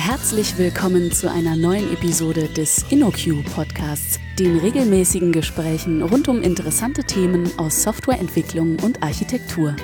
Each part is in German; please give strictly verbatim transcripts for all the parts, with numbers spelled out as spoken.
Herzlich willkommen zu einer neuen Episode des InnoQ Podcasts, den regelmäßigen Gesprächen rund um interessante Themen aus Softwareentwicklung und Architektur.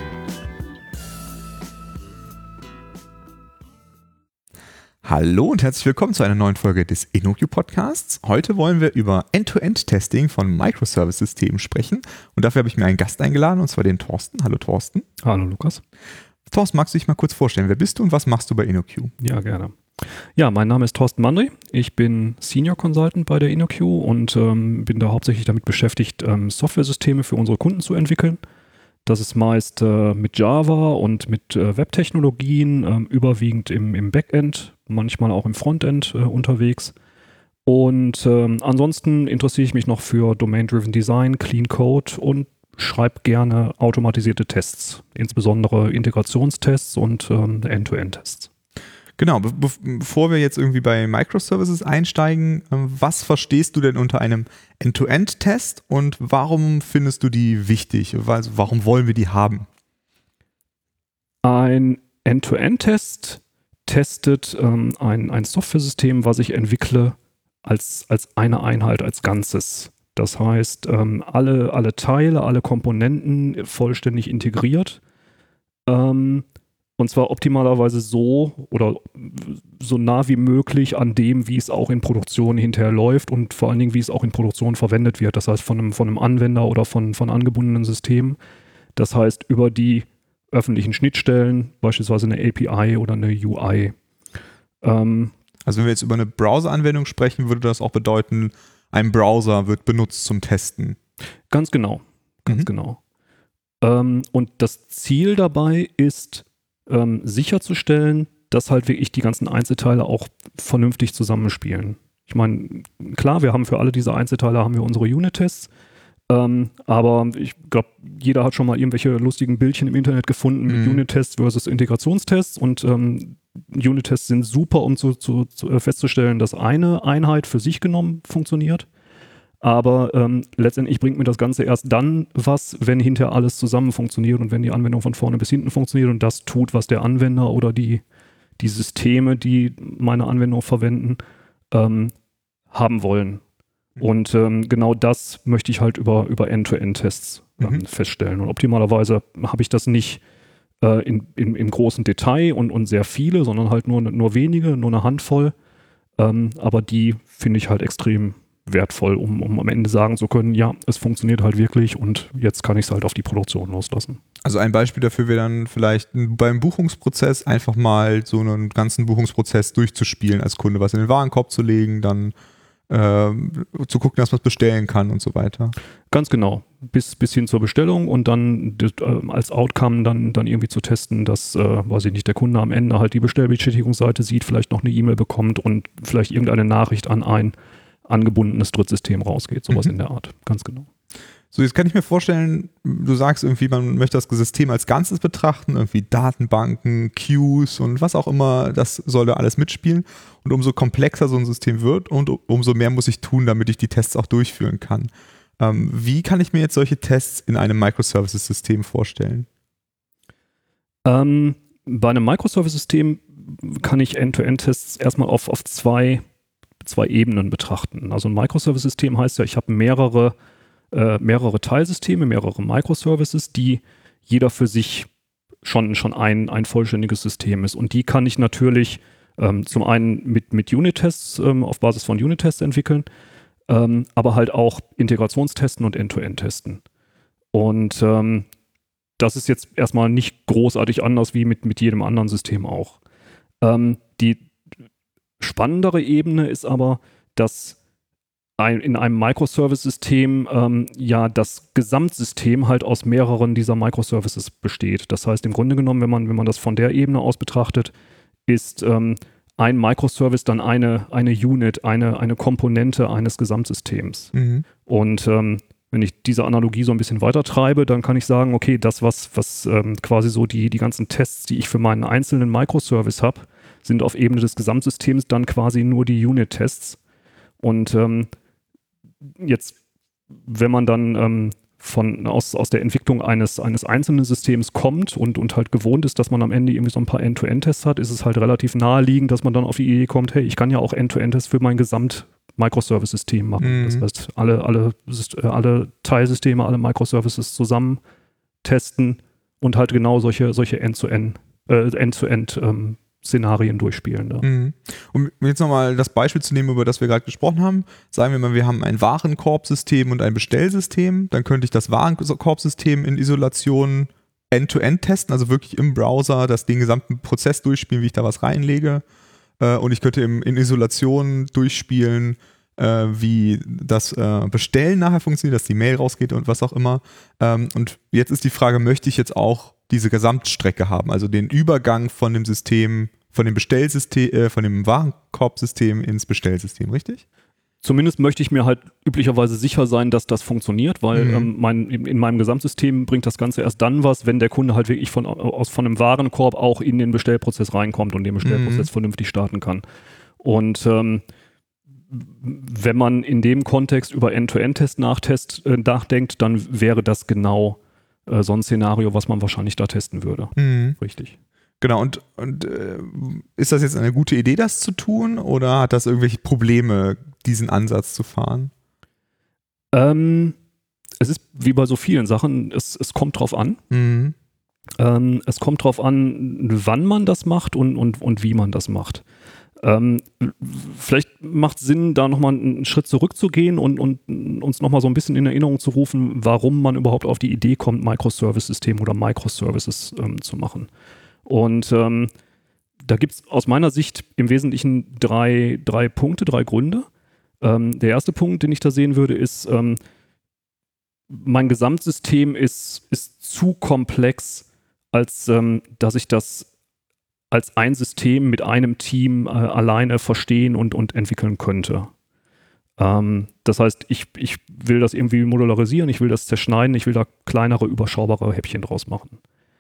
Hallo und herzlich willkommen zu einer neuen Folge des InnoQ Podcasts. Heute wollen wir über End-to-End-Testing von Microservice-Systemen sprechen und dafür habe ich mir einen Gast eingeladen, und zwar den Thorsten. Hallo Thorsten. Hallo Lukas. Thorsten, magst du dich mal kurz vorstellen? Wer bist du und was machst du bei InnoQ? Ja, gerne. Ja, mein Name ist Thorsten Mandry. Ich bin Senior Consultant bei der InnoQ und ähm, bin da hauptsächlich damit beschäftigt, ähm, Softwaresysteme für unsere Kunden zu entwickeln. Das ist meist äh, mit Java und mit äh, Webtechnologien, ähm, überwiegend im, im Backend, manchmal auch im Frontend äh, unterwegs. Und ähm, ansonsten interessiere ich mich noch für Domain-Driven Design, Clean Code und schreibe gerne automatisierte Tests, insbesondere Integrationstests und ähm, End-to-End-Tests. Genau, be- be- bevor wir jetzt irgendwie bei Microservices einsteigen, äh, was verstehst du denn unter einem End-to-End-Test und warum findest du die wichtig? Also warum wollen wir die haben? Ein End-to-End-Test testet ähm, ein, ein Softwaresystem, was ich entwickle, als, als eine Einheit, als Ganzes. Das heißt, ähm, alle, alle Teile, alle Komponenten vollständig integriert. Ähm, und zwar optimalerweise so oder so nah wie möglich an dem, wie es auch in Produktion hinterher läuft und vor allen Dingen, wie es auch in Produktion verwendet wird. Das heißt, von einem, von einem Anwender oder von, von angebundenen Systemen. Das heißt, über die öffentlichen Schnittstellen, beispielsweise eine A P I oder eine U I. Ähm, also wenn wir jetzt über eine Browser-Anwendung sprechen, würde das auch bedeuten, ein Browser wird benutzt zum Testen. Ganz genau, ganz Mhm. genau. Ähm, und das Ziel dabei ist, ähm, sicherzustellen, dass halt wirklich die ganzen Einzelteile auch vernünftig zusammenspielen. Ich meine, klar, wir haben für alle diese Einzelteile haben wir unsere Unit-Tests, ähm, aber ich glaube, jeder hat schon mal irgendwelche lustigen Bildchen im Internet gefunden mit Mhm. Unit-Tests versus Integrationstests und ähm, Unit-Tests sind super, um zu, zu, zu festzustellen, dass eine Einheit für sich genommen funktioniert. Aber ähm, letztendlich bringt mir das Ganze erst dann was, wenn hinterher alles zusammen funktioniert und wenn die Anwendung von vorne bis hinten funktioniert und das tut, was der Anwender oder die, die Systeme, die meine Anwendung verwenden, ähm, haben wollen. Und ähm, genau das möchte ich halt über, über End-to-End-Tests ähm, Mhm. feststellen. Und optimalerweise habe ich das nicht äh, in, in, im großen Detail und, und sehr viele, sondern halt nur, nur wenige, nur eine Handvoll. Ähm, aber die finde ich halt extrem wertvoll, um, um am Ende sagen zu können, ja, es funktioniert halt wirklich und jetzt kann ich es halt auf die Produktion loslassen. Also ein Beispiel dafür wäre dann vielleicht beim Buchungsprozess einfach mal so einen ganzen Buchungsprozess durchzuspielen als Kunde, was in den Warenkorb zu legen, dann ähm, zu gucken, dass man es bestellen kann und so weiter. Ganz genau, bis, bis hin zur Bestellung und dann das, äh, als Outcome dann, dann irgendwie zu testen, dass, äh, weiß ich nicht, der Kunde am Ende halt die Bestellbestätigungsseite sieht, vielleicht noch eine E-Mail bekommt und vielleicht irgendeine Nachricht an ein angebundenes Drittsystem rausgeht, sowas Mhm. in der Art, ganz genau. So, jetzt kann ich mir vorstellen, du sagst irgendwie, man möchte das System als Ganzes betrachten, irgendwie Datenbanken, Queues und was auch immer, das soll da alles mitspielen. Und umso komplexer so ein System wird und umso mehr muss ich tun, damit ich die Tests auch durchführen kann. Ähm, wie kann ich mir jetzt solche Tests in einem Microservices-System vorstellen? Ähm, bei einem Microservice-System kann ich End-to-End-Tests erstmal auf, auf zwei, zwei Ebenen betrachten. Also ein Microservice-System heißt ja, ich habe mehrere, äh, mehrere Teilsysteme, mehrere Microservices, die jeder für sich schon, schon ein, ein vollständiges System ist. Und die kann ich natürlich ähm, zum einen mit, mit Unit-Tests, ähm, auf Basis von Unit-Tests entwickeln, ähm, aber halt auch Integrationstesten und End-to-End-Testen. Und ähm, das ist jetzt erstmal nicht großartig anders wie mit, mit jedem anderen System auch. Ähm, die spannendere Ebene ist aber, dass ein, in einem Microservice-System ähm, ja das Gesamtsystem halt aus mehreren dieser Microservices besteht. Das heißt, im Grunde genommen, wenn man, wenn man das von der Ebene aus betrachtet, ist ähm, ein Microservice dann eine, eine Unit, eine, eine Komponente eines Gesamtsystems. Mhm. Und ähm, wenn ich diese Analogie so ein bisschen weiter treibe, dann kann ich sagen, okay, das, was, was ähm, quasi so die, die ganzen Tests, die ich für meinen einzelnen Microservice habe, sind auf Ebene des Gesamtsystems dann quasi nur die Unit-Tests. Und ähm, jetzt, wenn man dann ähm, von, aus, aus der Entwicklung eines, eines einzelnen Systems kommt und, und halt gewohnt ist, dass man am Ende irgendwie so ein paar End-to-End-Tests hat, ist es halt relativ naheliegend, dass man dann auf die Idee kommt, hey, ich kann ja auch End-to-End-Tests für mein Gesamt-Microservice-System machen. Mhm. Das heißt, alle, alle, alle Teilsysteme, alle Microservices zusammen testen und halt genau solche, solche End-to-End, äh, End-to-End ähm, Szenarien durchspielen. Ja. Mhm. Um jetzt nochmal das Beispiel zu nehmen, über das wir gerade gesprochen haben, sagen wir mal, wir haben ein Warenkorbsystem und ein Bestellsystem, dann könnte ich das Warenkorbsystem in Isolation end-to-end testen, also wirklich im Browser das den gesamten Prozess durchspielen, wie ich da was reinlege, äh, und ich könnte im, in Isolation durchspielen, äh, wie das äh, Bestellen nachher funktioniert, dass die Mail rausgeht und was auch immer. Ähm, und jetzt ist die Frage, möchte ich jetzt auch diese Gesamtstrecke haben, also den Übergang von dem System, von dem Bestellsystem, äh, von dem Warenkorbsystem ins Bestellsystem, richtig? Zumindest möchte ich mir halt üblicherweise sicher sein, dass das funktioniert, weil mhm. ähm, mein, in meinem Gesamtsystem bringt das Ganze erst dann was, wenn der Kunde halt wirklich von, aus, von einem Warenkorb auch in den Bestellprozess reinkommt und den Bestellprozess mhm. vernünftig starten kann. Und ähm, wenn man in dem Kontext über End-to-End-Test nachtest, äh, nachdenkt, dann wäre das genau so ein Szenario, was man wahrscheinlich da testen würde. Mhm. Richtig. Genau, und, und äh, ist das jetzt eine gute Idee, das zu tun, oder hat das irgendwelche Probleme, diesen Ansatz zu fahren? Ähm, es ist wie bei so vielen Sachen, es, es kommt drauf an. Mhm. Ähm, es kommt drauf an, wann man das macht und, und, und wie man das macht. Ähm, vielleicht macht es Sinn, da nochmal einen Schritt zurückzugehen und, und uns nochmal so ein bisschen in Erinnerung zu rufen, warum man überhaupt auf die Idee kommt, Microservice-System oder Microservices ähm, zu machen. Und ähm, da gibt es aus meiner Sicht im Wesentlichen drei, drei Punkte, drei Gründe. Ähm, der erste Punkt, den ich da sehen würde, ist, ähm, mein Gesamtsystem ist, ist zu komplex, als ähm, dass ich das als ein System mit einem Team äh, alleine verstehen und, und entwickeln könnte. Ähm, das heißt, ich, ich will das irgendwie modularisieren, ich will das zerschneiden, ich will da kleinere, überschaubare Häppchen draus machen.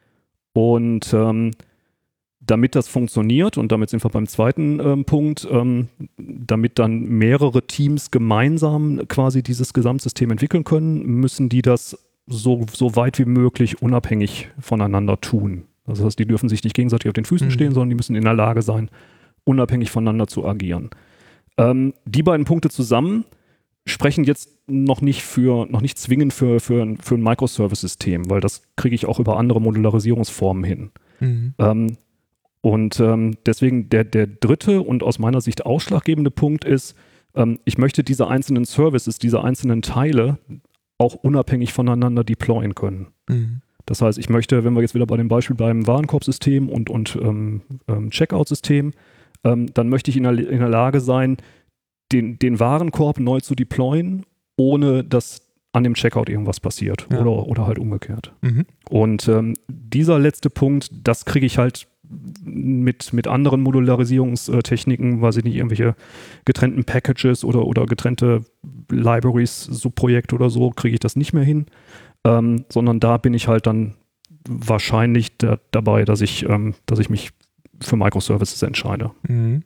Und ähm, damit das funktioniert, und damit sind wir beim zweiten ähm, Punkt, ähm, damit dann mehrere Teams gemeinsam quasi dieses Gesamtsystem entwickeln können, müssen die das so, so weit wie möglich unabhängig voneinander tun. Das heißt, die dürfen sich nicht gegenseitig auf den Füßen mhm. stehen, sondern die müssen in der Lage sein, unabhängig voneinander zu agieren. Ähm, die beiden Punkte zusammen sprechen jetzt noch nicht für, noch nicht zwingend für, für, ein, für ein Microservice-System, weil das kriege ich auch über andere Modularisierungsformen hin. Mhm. Ähm, und ähm, deswegen der, der dritte und aus meiner Sicht ausschlaggebende Punkt ist, ähm, ich möchte diese einzelnen Services, diese einzelnen Teile auch unabhängig voneinander deployen können. Mhm. Das heißt, ich möchte, wenn wir jetzt wieder bei dem Beispiel bleiben, Warenkorbsystem und, und ähm, ähm, Checkout-System, ähm, dann möchte ich in der, in der Lage sein, den, den Warenkorb neu zu deployen, ohne dass an dem Checkout irgendwas passiert ja. oder, oder halt umgekehrt. Mhm. Und ähm, dieser letzte Punkt, das kriege ich halt mit, mit anderen Modularisierungstechniken, weiß ich nicht, irgendwelche getrennten Packages oder, oder getrennte Libraries, Subprojekte oder so, kriege ich das nicht mehr hin. Ähm, sondern da bin ich halt dann wahrscheinlich da, dabei, dass ich, ähm, dass ich mich für Microservices entscheide. Mhm.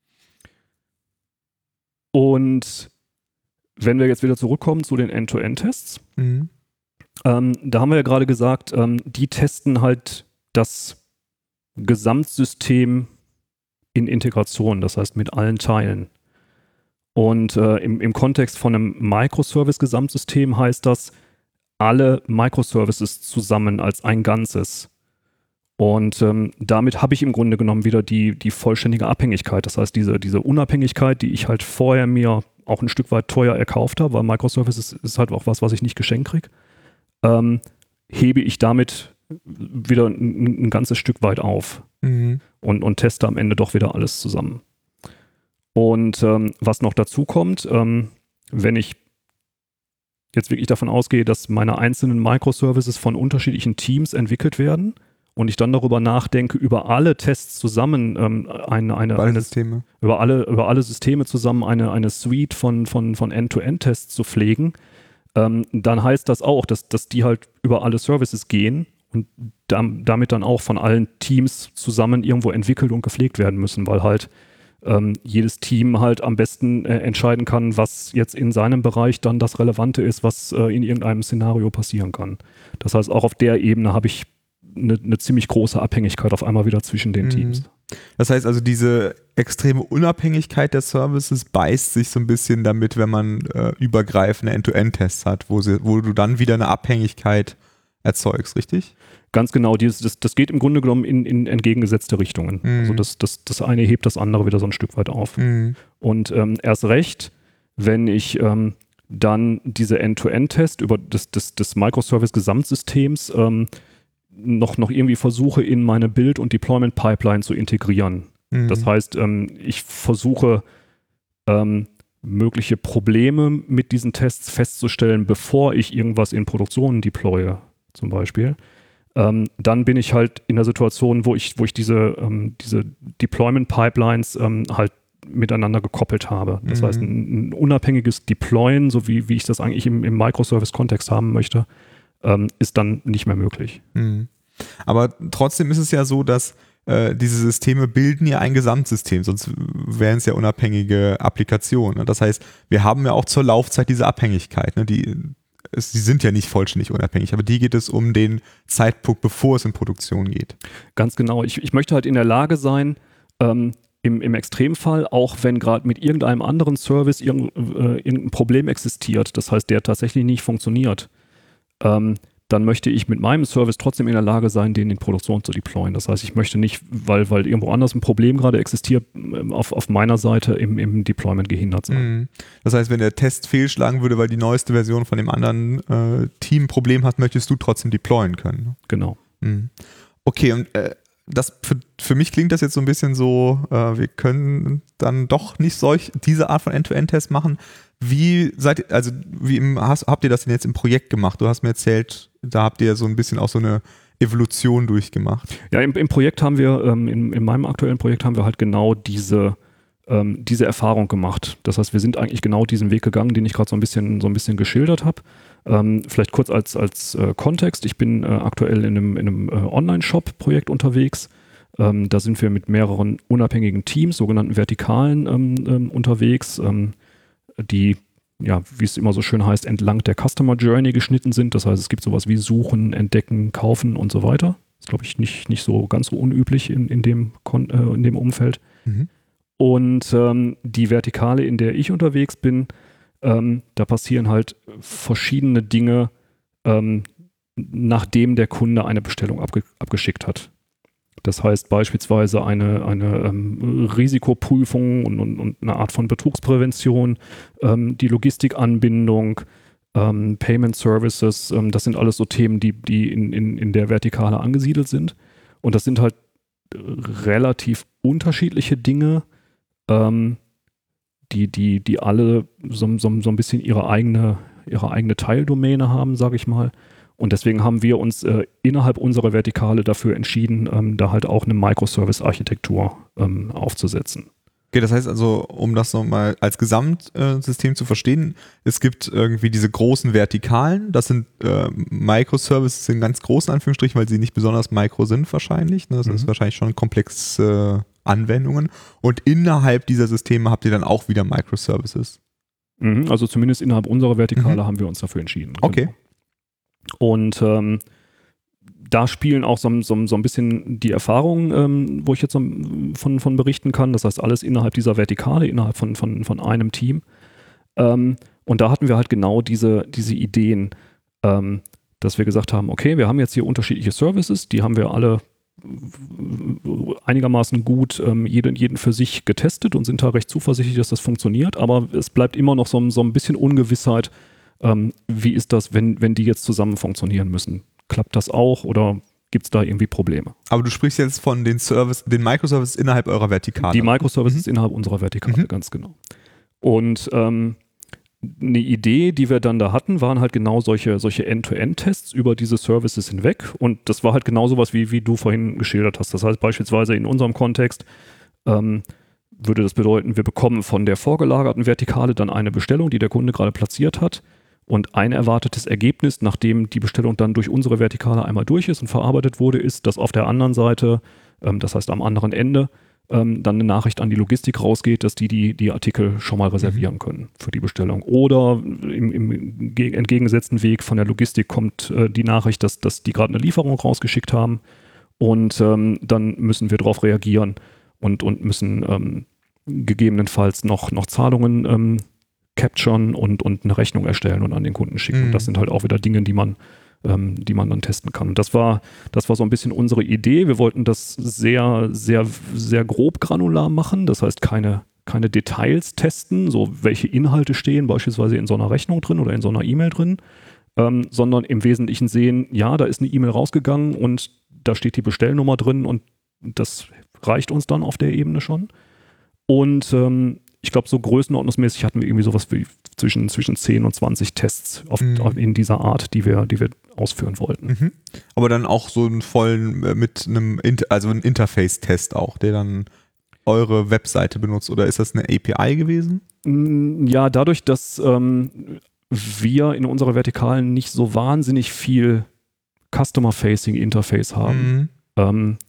Und wenn wir jetzt wieder zurückkommen zu den End-to-End-Tests, mhm. ähm, da haben wir ja gerade gesagt, ähm, die testen halt das Gesamtsystem in Integration, das heißt mit allen Teilen. Und äh, im, im Kontext von einem Microservice-Gesamtsystem heißt das, alle Microservices zusammen als ein Ganzes. Und ähm, damit habe ich im Grunde genommen wieder die, die vollständige Abhängigkeit. Das heißt, diese, diese Unabhängigkeit, die ich halt vorher mir auch ein Stück weit teuer erkauft habe, weil Microservices ist halt auch was, was ich nicht geschenkt kriege, ähm, hebe ich damit wieder ein, ein ganzes Stück weit auf mhm. und, und teste am Ende doch wieder alles zusammen. Und ähm, was noch dazu kommt, ähm, wenn ich jetzt wirklich davon ausgehe, dass meine einzelnen Microservices von unterschiedlichen Teams entwickelt werden und ich dann darüber nachdenke, über alle Tests zusammen ähm, eine, eine, alle eine Systeme. über alle über alle Systeme zusammen eine, eine Suite von, von, von End-to-End-Tests zu pflegen, ähm, dann heißt das auch, dass, dass die halt über alle Services gehen und damit dann auch von allen Teams zusammen irgendwo entwickelt und gepflegt werden müssen, weil halt ähm, jedes Team halt am besten äh, entscheiden kann, was jetzt in seinem Bereich dann das Relevante ist, was äh, in irgendeinem Szenario passieren kann. Das heißt, auch auf der Ebene habe ich eine, eine ziemlich große Abhängigkeit auf einmal wieder zwischen den Mhm. Teams. Das heißt also, diese extreme Unabhängigkeit der Services beißt sich so ein bisschen damit, wenn man äh, übergreifende End-to-End-Tests hat, wo, sie, wo du dann wieder eine Abhängigkeit erzeugst, richtig? Ganz genau, dieses, das, das geht im Grunde genommen in, in entgegengesetzte Richtungen. Mhm. Also das, das, das eine hebt das andere wieder so ein Stück weit auf. Mhm. Und ähm, erst recht, wenn ich ähm, dann diese End-to-End-Test über das, das, das Microservice-Gesamtsystems ähm, noch, noch irgendwie versuche, in meine Build- und Deployment-Pipeline zu integrieren. Mhm. Das heißt, ähm, ich versuche ähm, mögliche Probleme mit diesen Tests festzustellen, bevor ich irgendwas in Produktion deploye, zum Beispiel. Ähm, dann bin ich halt in der Situation, wo ich, wo ich diese, ähm, diese Deployment-Pipelines ähm, halt miteinander gekoppelt habe. Das Mhm. heißt, ein, ein unabhängiges Deployen, so wie, wie ich das eigentlich im, im Microservice-Kontext haben möchte, ähm, ist dann nicht mehr möglich. Mhm. Aber trotzdem ist es ja so, dass äh, diese Systeme bilden ja ein Gesamtsystem, sonst wären es ja unabhängige Applikationen. Ne? Das heißt, wir haben ja auch zur Laufzeit diese Abhängigkeit. Ne? Die, es, die sind ja nicht vollständig unabhängig, aber die geht es um den Zeitpunkt, bevor es in Produktion geht. Ganz genau. Ich, ich möchte halt in der Lage sein, ähm, im, im Extremfall, auch wenn gerade mit irgendeinem anderen Service irgend, äh, irgendein Problem existiert, das heißt, der tatsächlich nicht funktioniert, ähm, dann möchte ich mit meinem Service trotzdem in der Lage sein, den in Produktion zu deployen. Das heißt, ich möchte nicht, weil, weil irgendwo anders ein Problem gerade existiert, auf, auf meiner Seite im, im Deployment gehindert sein. Mhm. Das heißt, wenn der Test fehlschlagen würde, weil die neueste Version von dem anderen äh, Team ein Problem hat, möchtest du trotzdem deployen können. Ne? Genau. Mhm. Okay, und äh, das für, für mich klingt das jetzt so ein bisschen so, äh, wir können dann doch nicht solch diese Art von End-to-End-Test machen. Wie seid also wie im, hast, habt ihr das denn jetzt im Projekt gemacht? Du hast mir erzählt, da habt ihr so ein bisschen auch so eine Evolution durchgemacht. Ja, im, im Projekt haben wir, ähm, in, in meinem aktuellen Projekt haben wir halt genau diese, ähm, diese Erfahrung gemacht. Das heißt, wir sind eigentlich genau diesen Weg gegangen, den ich gerade so ein bisschen, so ein bisschen geschildert habe. Ähm, vielleicht kurz als, als äh, Kontext. Ich bin äh, aktuell in einem, in einem äh, Online-Shop-Projekt unterwegs. Ähm, da sind wir mit mehreren unabhängigen Teams, sogenannten Vertikalen, ähm, ähm, unterwegs, ähm, die, ja, wie es immer so schön heißt, entlang der Customer Journey geschnitten sind. Das heißt, es gibt sowas wie Suchen, Entdecken, Kaufen und so weiter. Das ist, glaube ich, nicht, nicht so ganz so unüblich in, in, dem, Kon- äh, in dem Umfeld. Mhm. Und ähm, die Vertikale, in der ich unterwegs bin, ähm, da passieren halt verschiedene Dinge, ähm, nachdem der Kunde eine Bestellung abge- abgeschickt hat. Das heißt beispielsweise eine, eine ähm, Risikoprüfung und, und, und eine Art von Betrugsprävention, ähm, die Logistikanbindung, ähm, Payment Services, ähm, das sind alles so Themen, die, die in, in, in der Vertikale angesiedelt sind. Und das sind halt relativ unterschiedliche Dinge, ähm, die, die, die alle so, so, so ein bisschen ihre eigene, ihre eigene Teildomäne haben, sage ich mal. Und deswegen haben wir uns äh, innerhalb unserer Vertikale dafür entschieden, ähm, da halt auch eine Microservice-Architektur ähm, aufzusetzen. Okay, das heißt also, um das nochmal als Gesamtsystem zu verstehen, es gibt irgendwie diese großen Vertikalen, das sind äh, Microservices in ganz großen Anführungsstrichen, weil sie nicht besonders micro sind wahrscheinlich. Ne? Das Mhm. ist wahrscheinlich schon komplexe äh, Anwendungen. Und innerhalb dieser Systeme habt ihr dann auch wieder Microservices. Mhm, also zumindest innerhalb unserer Vertikale Mhm. haben wir uns dafür entschieden. Okay. Genau. Und ähm, da spielen auch so, so, so ein bisschen die Erfahrungen, ähm, wo ich jetzt so von, von berichten kann. Das heißt, alles innerhalb dieser Vertikale, innerhalb von, von, von einem Team. Ähm, und da hatten wir halt genau diese, diese Ideen, ähm, dass wir gesagt haben, okay, wir haben jetzt hier unterschiedliche Services, die haben wir alle einigermaßen gut ähm, jeden, jeden für sich getestet und sind da recht zuversichtlich, dass das funktioniert. Aber es bleibt immer noch so, so ein bisschen Ungewissheit, ähm, wie ist das, wenn, wenn die jetzt zusammen funktionieren müssen. Klappt das auch oder gibt es da irgendwie Probleme? Aber du sprichst jetzt von den Service, den Microservices innerhalb eurer Vertikale. Die Microservices Mhm. innerhalb unserer Vertikale, Mhm. ganz genau. Und ähm, eine Idee, die wir dann da hatten, waren halt genau solche, solche End-to-End-Tests über diese Services hinweg. Und das war halt genau sowas, wie, wie du vorhin geschildert hast. Das heißt beispielsweise in unserem Kontext ähm, würde das bedeuten, wir bekommen von der vorgelagerten Vertikale dann eine Bestellung, die der Kunde gerade platziert hat. Und ein erwartetes Ergebnis, nachdem die Bestellung dann durch unsere Vertikale einmal durch ist und verarbeitet wurde, ist, dass auf der anderen Seite, ähm, das heißt am anderen Ende, ähm, dann eine Nachricht an die Logistik rausgeht, dass die die, die Artikel schon mal reservieren mhm. können für die Bestellung. Oder im, im entgegengesetzten Weg von der Logistik kommt äh, die Nachricht, dass, dass die gerade eine Lieferung rausgeschickt haben und ähm, dann müssen wir darauf reagieren und, und müssen ähm, gegebenenfalls noch, noch Zahlungen ähm, capturen und, und eine Rechnung erstellen und an den Kunden schicken. Mhm. Und das sind halt auch wieder Dinge, die man, ähm, die man dann testen kann. Und das war, das war so ein bisschen unsere Idee. Wir wollten das sehr, sehr, sehr grob granular machen. Das heißt, keine, keine Details testen, so welche Inhalte stehen beispielsweise in so einer Rechnung drin oder in so einer E-Mail drin, ähm, sondern im Wesentlichen sehen, ja, da ist eine E-Mail rausgegangen und da steht die Bestellnummer drin und das reicht uns dann auf der Ebene schon. Und ähm, ich glaube, so größenordnungsmäßig hatten wir irgendwie sowas wie zwischen, zwischen zehn und zwanzig Tests auf, mhm. in dieser Art, die wir, die wir ausführen wollten. Mhm. Aber dann auch so einen vollen, äh, mit einem, Inter- also ein Interface-Test auch, der dann eure Webseite benutzt, oder ist das eine A P I gewesen? Ja, dadurch, dass ähm, wir in unserer Vertikalen nicht so wahnsinnig viel Customer-Facing Interface haben, mhm. ähm,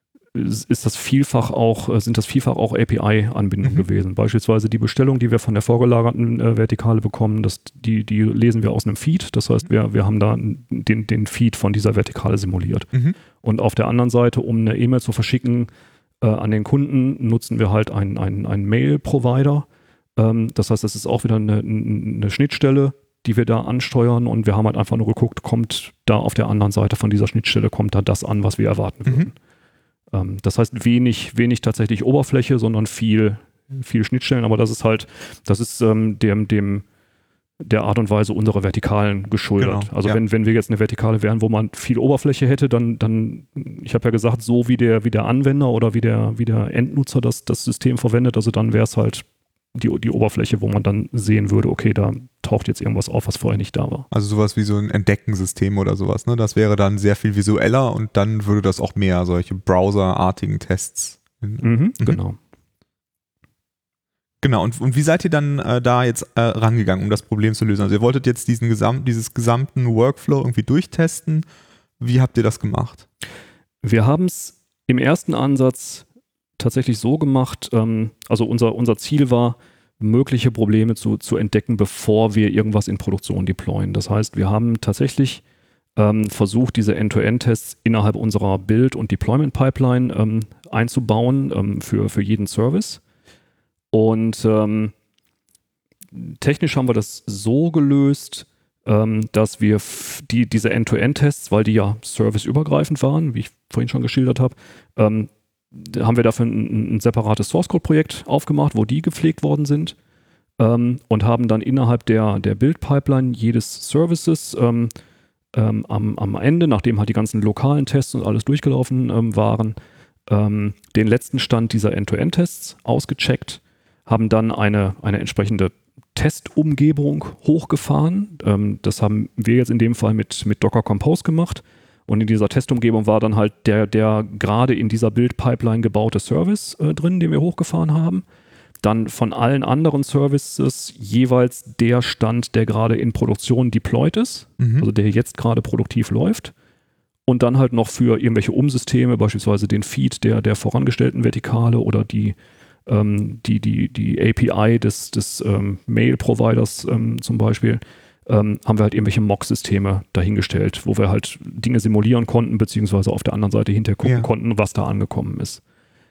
ist das vielfach auch, sind das vielfach auch A P I-Anbindungen mhm. gewesen. Beispielsweise die Bestellung, die wir von der vorgelagerten äh, Vertikale bekommen, das, die, die lesen wir aus einem Feed. Das heißt, wir, wir haben da den, den Feed von dieser Vertikale simuliert. Mhm. Und auf der anderen Seite, um eine E-Mail zu verschicken äh, an den Kunden, nutzen wir halt einen, einen, einen Mail-Provider. Ähm, das heißt, das ist auch wieder eine, eine Schnittstelle, die wir da ansteuern, und wir haben halt einfach nur geguckt, kommt da auf der anderen Seite von dieser Schnittstelle, kommt da das an, was wir erwarten würden. Mhm. Das heißt, wenig, wenig tatsächlich Oberfläche, sondern viel, viel Schnittstellen, aber das ist halt, das ist ähm, dem, dem, der Art und Weise unserer Vertikalen geschuldet. Genau, also ja. wenn, wenn wir jetzt eine Vertikale wären, wo man viel Oberfläche hätte, dann, dann ich habe ja gesagt, so wie der, wie der Anwender oder wie der, wie der Endnutzer das, das System verwendet, also dann wäre es halt die, die Oberfläche, wo man dann sehen würde, okay, da taucht jetzt irgendwas auf, was vorher nicht da war. Also sowas wie so ein Entdeckensystem oder sowas, ne? Das wäre dann sehr viel visueller und dann würde das auch mehr solche Browser-artigen Tests. Mhm, mhm. Genau. Genau, und, und wie seid ihr dann äh, da jetzt äh, rangegangen, um das Problem zu lösen? Also ihr wolltet jetzt diesen Gesam- dieses gesamten Workflow irgendwie durchtesten. Wie habt ihr das gemacht? Wir haben es im ersten Ansatz tatsächlich so gemacht, ähm, also unser, unser Ziel war, mögliche Probleme zu, zu entdecken, bevor wir irgendwas in Produktion deployen. Das heißt, wir haben tatsächlich ähm, versucht, diese End-to-End-Tests innerhalb unserer Build- und Deployment-Pipeline ähm, einzubauen ähm, für, für jeden Service. Und ähm, technisch haben wir das so gelöst, ähm, dass wir f- die, diese End-to-End-Tests, weil die ja serviceübergreifend waren, wie ich vorhin schon geschildert habe, ähm, haben wir dafür ein, ein separates Source-Code-Projekt aufgemacht, wo die gepflegt worden sind, ähm, und haben dann innerhalb der, der Build-Pipeline jedes Services ähm, ähm, am, am Ende, nachdem halt die ganzen lokalen Tests und alles durchgelaufen ähm, waren, ähm, den letzten Stand dieser End-to-End-Tests ausgecheckt, haben dann eine, eine entsprechende Testumgebung hochgefahren. Ähm, das haben wir jetzt in dem Fall mit, mit Docker Compose gemacht. Und in dieser Testumgebung war dann halt der, der gerade in dieser Build-Pipeline gebaute Service äh, drin, den wir hochgefahren haben. Dann von allen anderen Services jeweils der Stand, der gerade in Produktion deployed ist, mhm. also der jetzt gerade produktiv läuft. Und dann halt noch für irgendwelche Umsysteme, beispielsweise den Feed der, der vorangestellten Vertikale oder die, ähm, die, die, die A P I des, des ähm, Mail-Providers ähm, zum Beispiel, Ähm, haben wir halt irgendwelche Mock-Systeme dahingestellt, wo wir halt Dinge simulieren konnten, beziehungsweise auf der anderen Seite hinterher gucken ja. konnten, was da angekommen ist.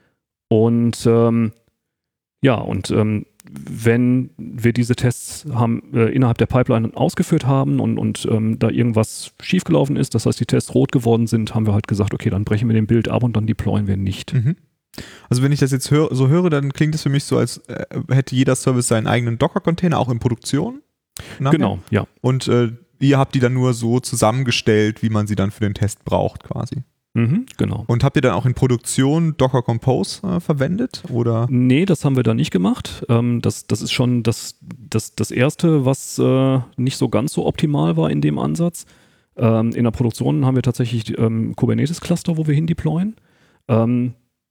Und ähm, ja, und ähm, wenn wir diese Tests haben, äh, innerhalb der Pipeline ausgeführt haben und, und ähm, da irgendwas schiefgelaufen ist, das heißt, die Tests rot geworden sind, haben wir halt gesagt, okay, dann brechen wir den Bild ab und dann deployen wir nicht. Mhm. Also wenn ich das jetzt hör, so höre, dann klingt es für mich so, als äh, hätte jeder Service seinen eigenen Docker-Container, auch in Produktion. Nachher. Genau, ja. Und äh, ihr habt die dann nur so zusammengestellt, wie man sie dann für den Test braucht quasi. Mhm, genau. Und habt ihr dann auch in Produktion Docker Compose äh, verwendet? Oder? Nee, das haben wir da nicht gemacht. Ähm, das, das ist schon das, das, das Erste, was äh, nicht so ganz so optimal war in dem Ansatz. Ähm, in der Produktion haben wir tatsächlich ähm, Kubernetes-Cluster, wo wir hin deployen. Ähm,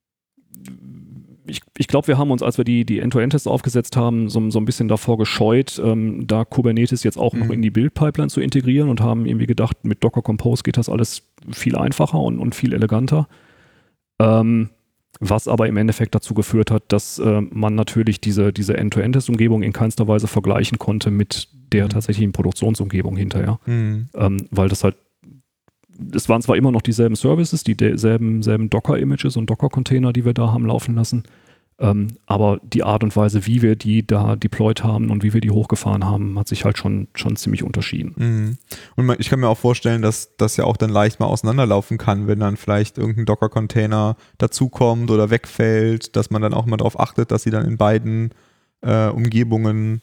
Ich, ich glaube, wir haben uns, als wir die, die End-to-End-Tests aufgesetzt haben, so, so ein bisschen davor gescheut, ähm, da Kubernetes jetzt auch mhm. noch in die Build-Pipeline zu integrieren und haben irgendwie gedacht, mit Docker Compose geht das alles viel einfacher und, und viel eleganter. Ähm, was aber im Endeffekt dazu geführt hat, dass äh, man natürlich diese, diese End-to-End-Test-Umgebung in keinster Weise vergleichen konnte mit der Mhm. tatsächlichen Produktionsumgebung hinterher. Mhm. Ähm, weil das halt, es waren zwar immer noch dieselben Services, dieselben selben Docker-Images und Docker-Container, die wir da haben laufen lassen, ähm, aber die Art und Weise, wie wir die da deployed haben und wie wir die hochgefahren haben, hat sich halt schon, schon ziemlich unterschieden. Mhm. Und man, ich kann mir auch vorstellen, dass das ja auch dann leicht mal auseinanderlaufen kann, wenn dann vielleicht irgendein Docker-Container dazukommt oder wegfällt, dass man dann auch mal darauf achtet, dass sie dann in beiden äh, Umgebungen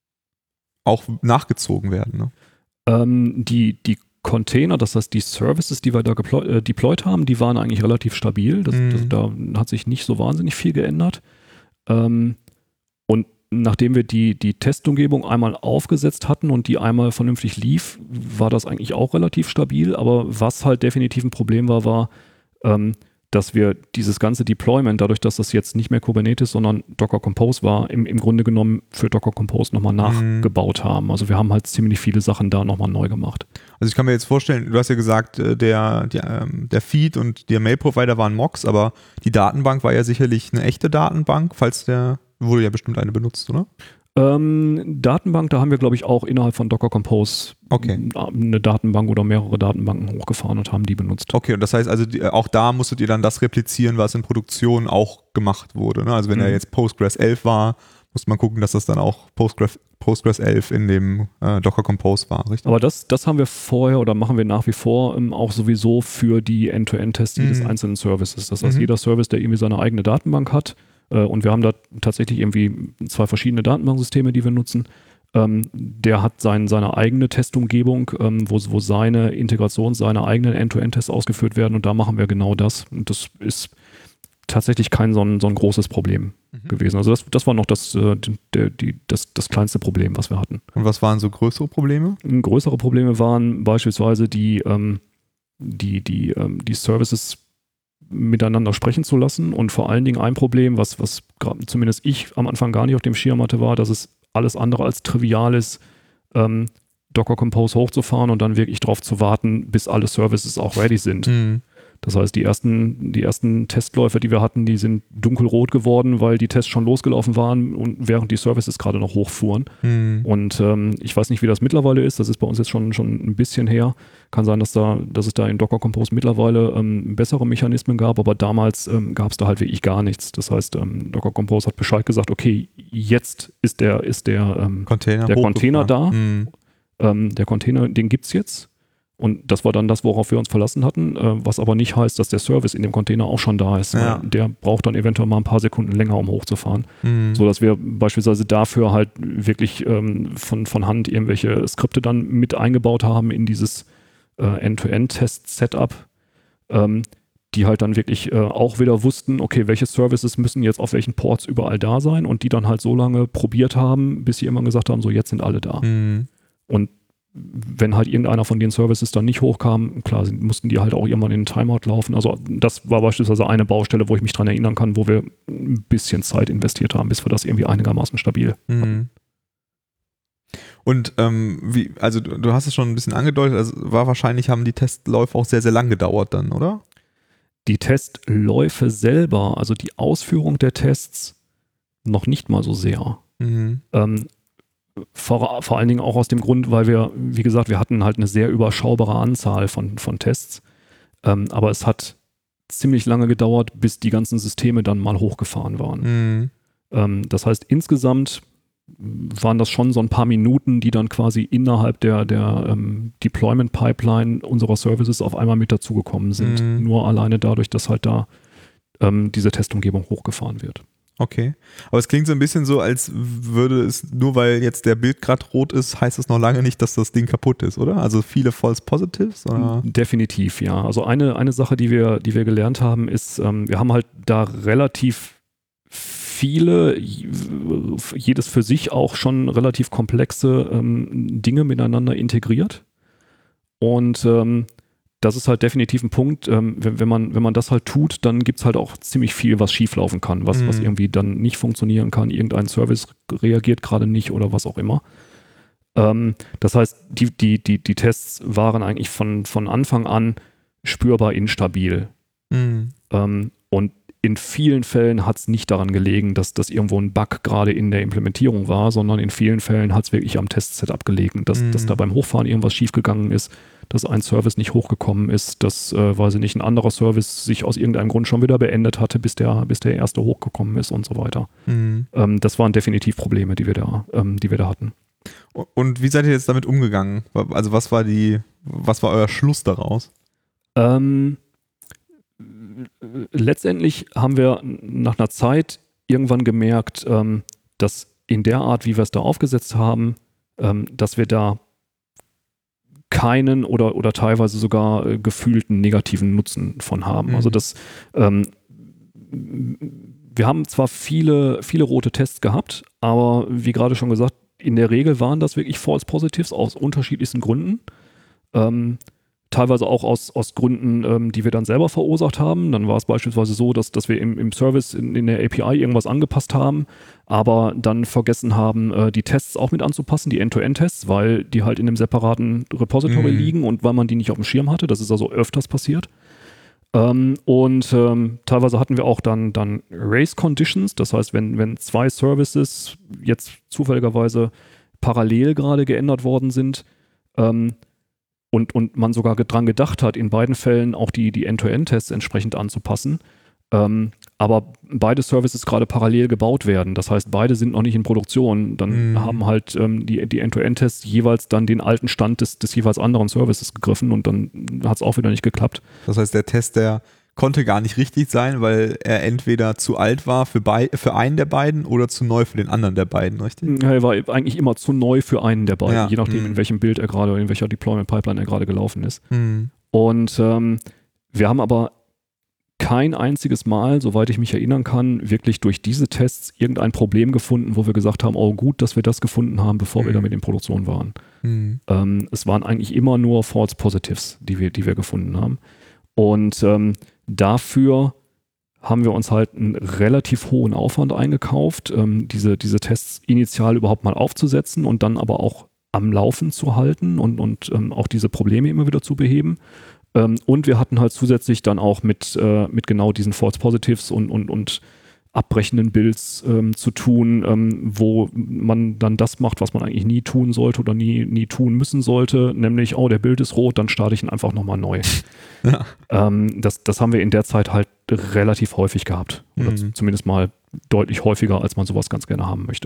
auch nachgezogen werden. Ne? Ähm, die, die Container, das heißt die Services, die wir da geploy, äh, deployed haben, die waren eigentlich relativ stabil. Das, Mhm. das, da hat sich nicht so wahnsinnig viel geändert. Ähm, und nachdem wir die, die Testumgebung einmal aufgesetzt hatten und die einmal vernünftig lief, war das eigentlich auch relativ stabil. Aber was halt definitiv ein Problem war, war, ähm, dass wir dieses ganze Deployment, dadurch, dass das jetzt nicht mehr Kubernetes, sondern Docker Compose war, im, im Grunde genommen für Docker Compose nochmal nachgebaut haben. Also wir haben halt ziemlich viele Sachen da nochmal neu gemacht. Also ich kann mir jetzt vorstellen, du hast ja gesagt, äh, der, die, ähm, der Feed und der Mail-Provider waren Mocks, aber die Datenbank war ja sicherlich eine echte Datenbank, falls der, wurde ja bestimmt eine benutzt, oder? Ähm, Datenbank, da haben wir, glaube ich, auch innerhalb von Docker Compose Okay. eine Datenbank oder mehrere Datenbanken hochgefahren und haben die benutzt. Okay, und das heißt also, die, auch da musstet ihr dann das replizieren, was in Produktion auch gemacht wurde. Ne? Also wenn Mhm. er jetzt Postgres elf war, musste man gucken, dass das dann auch Postgres, Postgres elf in dem äh, Docker Compose war, richtig? Aber das, das haben wir vorher oder machen wir nach wie vor ähm, auch sowieso für die End-to-End-Tests jedes Mhm. einzelnen Services. Das heißt, Mhm. jeder Service, der irgendwie seine eigene Datenbank hat, äh, und wir haben da tatsächlich irgendwie zwei verschiedene Datenbanksysteme, die wir nutzen, ähm, der hat sein, seine eigene Testumgebung, ähm, wo, wo seine Integration, seine eigenen End-to-End-Tests ausgeführt werden, und da machen wir genau das. Und das ist tatsächlich kein so ein, so ein großes Problem Mhm. gewesen. Also das, das war noch das, äh, der, die, das, das kleinste Problem, was wir hatten. Und was waren so größere Probleme? Größere Probleme waren beispielsweise die, ähm, die, die, ähm, die Services miteinander sprechen zu lassen, und vor allen Dingen ein Problem, was, was grad, zumindest ich am Anfang gar nicht auf dem Schirm hatte, war, dass es alles andere als trivial ist, ähm, Docker Compose hochzufahren und dann wirklich darauf zu warten, bis alle Services auch ready sind. Mhm. Das heißt, die ersten, die ersten Testläufe, die wir hatten, die sind dunkelrot geworden, weil die Tests schon losgelaufen waren und während die Services gerade noch hochfuhren. Mhm. Und ähm, ich weiß nicht, wie das mittlerweile ist. Das ist bei uns jetzt schon, schon ein bisschen her. Kann sein, dass, da, dass es da in Docker Compose mittlerweile ähm, bessere Mechanismen gab, aber damals ähm, gab es da halt wirklich gar nichts. Das heißt, ähm, Docker Compose hat Bescheid gesagt, okay, jetzt ist der, ist der, ähm, Container, der Container da. Mhm. Ähm, der Container, den gibt es jetzt. Und das war dann das, worauf wir uns verlassen hatten, äh, was aber nicht heißt, dass der Service in dem Container auch schon da ist. Ja. Der braucht dann eventuell mal ein paar Sekunden länger, um hochzufahren. Mhm. So dass wir beispielsweise dafür halt wirklich ähm, von, von Hand irgendwelche Skripte dann mit eingebaut haben in dieses äh, End-to-End-Test-Setup, ähm, die halt dann wirklich äh, auch wieder wussten, okay, welche Services müssen jetzt auf welchen Ports überall da sein, und die dann halt so lange probiert haben, bis sie immer gesagt haben, so jetzt sind alle da. Mhm. Und wenn halt irgendeiner von den Services dann nicht hochkam, klar, mussten die halt auch irgendwann in den Timeout laufen. Also das war beispielsweise eine Baustelle, wo ich mich dran erinnern kann, wo wir ein bisschen Zeit investiert haben, bis wir das irgendwie einigermaßen stabil Mhm. Und ähm, wie, also du, du hast es schon ein bisschen angedeutet, also war wahrscheinlich, haben die Testläufe auch sehr, sehr lang gedauert dann, oder? Die Testläufe selber, also die Ausführung der Tests, noch nicht mal so sehr. Mhm. Ähm, vor, vor allen Dingen auch aus dem Grund, weil wir, wie gesagt, wir hatten halt eine sehr überschaubare Anzahl von, von Tests. Ähm, aber es hat ziemlich lange gedauert, bis die ganzen Systeme dann mal hochgefahren waren. Mhm. Ähm, das heißt, insgesamt waren das schon so ein paar Minuten, die dann quasi innerhalb der, der ähm, Deployment-Pipeline unserer Services auf einmal mit dazugekommen sind. Mhm. Nur alleine dadurch, dass halt da ähm, diese Testumgebung hochgefahren wird. Okay. Aber es klingt so ein bisschen so, als würde es, nur weil jetzt der Bild gerade rot ist, heißt es noch lange nicht, dass das Ding kaputt ist, oder? Also viele False Positives? Oder? Definitiv, ja. Also eine, eine Sache, die wir, die wir gelernt haben, ist, ähm, wir haben halt da relativ viele, jedes für sich auch schon relativ komplexe ähm, Dinge miteinander integriert. Und ähm, das ist halt definitiv ein Punkt, ähm, wenn, wenn, man, wenn man das halt tut, dann gibt es halt auch ziemlich viel, was schieflaufen kann, was, Mhm. was irgendwie dann nicht funktionieren kann, irgendein Service reagiert gerade nicht oder was auch immer. Ähm, das heißt, die, die, die, die Tests waren eigentlich von, von Anfang an spürbar instabil. Mhm. Ähm, und in vielen Fällen hat es nicht daran gelegen, dass das irgendwo ein Bug gerade in der Implementierung war, sondern in vielen Fällen hat es wirklich am Test-Setup gelegen, dass, mhm. dass da beim Hochfahren irgendwas schiefgegangen ist, dass ein Service nicht hochgekommen ist, dass, äh, weiß ich nicht, ein anderer Service sich aus irgendeinem Grund schon wieder beendet hatte, bis der, bis der erste hochgekommen ist und so weiter. Mhm. Ähm, das waren definitiv Probleme, die wir da, ähm, die wir da hatten. Und wie seid ihr jetzt damit umgegangen? Also was war die, was war euer Schluss daraus? Ähm, letztendlich haben wir nach einer Zeit irgendwann gemerkt, ähm, dass in der Art, wie wir es da aufgesetzt haben, ähm, dass wir da keinen oder, oder teilweise sogar äh, gefühlten negativen Nutzen von haben. Mhm. Also das, ähm, wir haben zwar viele, viele rote Tests gehabt, aber wie gerade schon gesagt, in der Regel waren das wirklich False Positives aus unterschiedlichsten Gründen. Ähm, teilweise auch aus, aus Gründen, ähm, die wir dann selber verursacht haben. Dann war es beispielsweise so, dass, dass wir im, im Service in, in der A P I irgendwas angepasst haben, aber dann vergessen haben, äh, die Tests auch mit anzupassen, die End-to-End-Tests, weil die halt in einem separaten Repository mhm. liegen und weil man die nicht auf dem Schirm hatte. Das ist also öfters passiert. Ähm, und ähm, teilweise hatten wir auch dann, dann Race Conditions, das heißt, wenn, wenn zwei Services jetzt zufälligerweise parallel gerade geändert worden sind, ähm, Und, und man sogar dran gedacht hat, in beiden Fällen auch die, die End-to-End-Tests entsprechend anzupassen. Ähm, aber beide Services gerade parallel gebaut werden. Das heißt, beide sind noch nicht in Produktion. Dann mhm. haben halt ähm, die, die End-to-End-Tests jeweils dann den alten Stand des, des jeweils anderen Services gegriffen und dann hat es auch wieder nicht geklappt. Das heißt, der Test, der konnte gar nicht richtig sein, weil er entweder zu alt war für, bei, für einen der beiden oder zu neu für den anderen der beiden, richtig? Ja, er war eigentlich immer zu neu für einen der beiden, ja. je nachdem, mhm. in welchem Bild er gerade, in welcher Deployment-Pipeline er gerade gelaufen ist. Mhm. Und ähm, wir haben aber kein einziges Mal, soweit ich mich erinnern kann, wirklich durch diese Tests irgendein Problem gefunden, wo wir gesagt haben, oh gut, dass wir das gefunden haben, bevor mhm. wir damit in Produktion waren. Mhm. Ähm, es waren eigentlich immer nur False Positives, die wir, die wir gefunden haben. Und ähm, dafür haben wir uns halt einen relativ hohen Aufwand eingekauft, ähm, diese, diese Tests initial überhaupt mal aufzusetzen und dann aber auch am Laufen zu halten und, und ähm, auch diese Probleme immer wieder zu beheben. Ähm, und wir hatten halt zusätzlich dann auch mit, äh, mit genau diesen False Positives und, und, und abbrechenden Builds ähm, zu tun, ähm, wo man dann das macht, was man eigentlich nie tun sollte oder nie, nie tun müssen sollte, nämlich, oh, der Build ist rot, dann starte ich ihn einfach nochmal neu. Ja. Ähm, das, das haben wir in der Zeit halt relativ häufig gehabt. Oder mhm. zumindest mal deutlich häufiger, als man sowas ganz gerne haben möchte.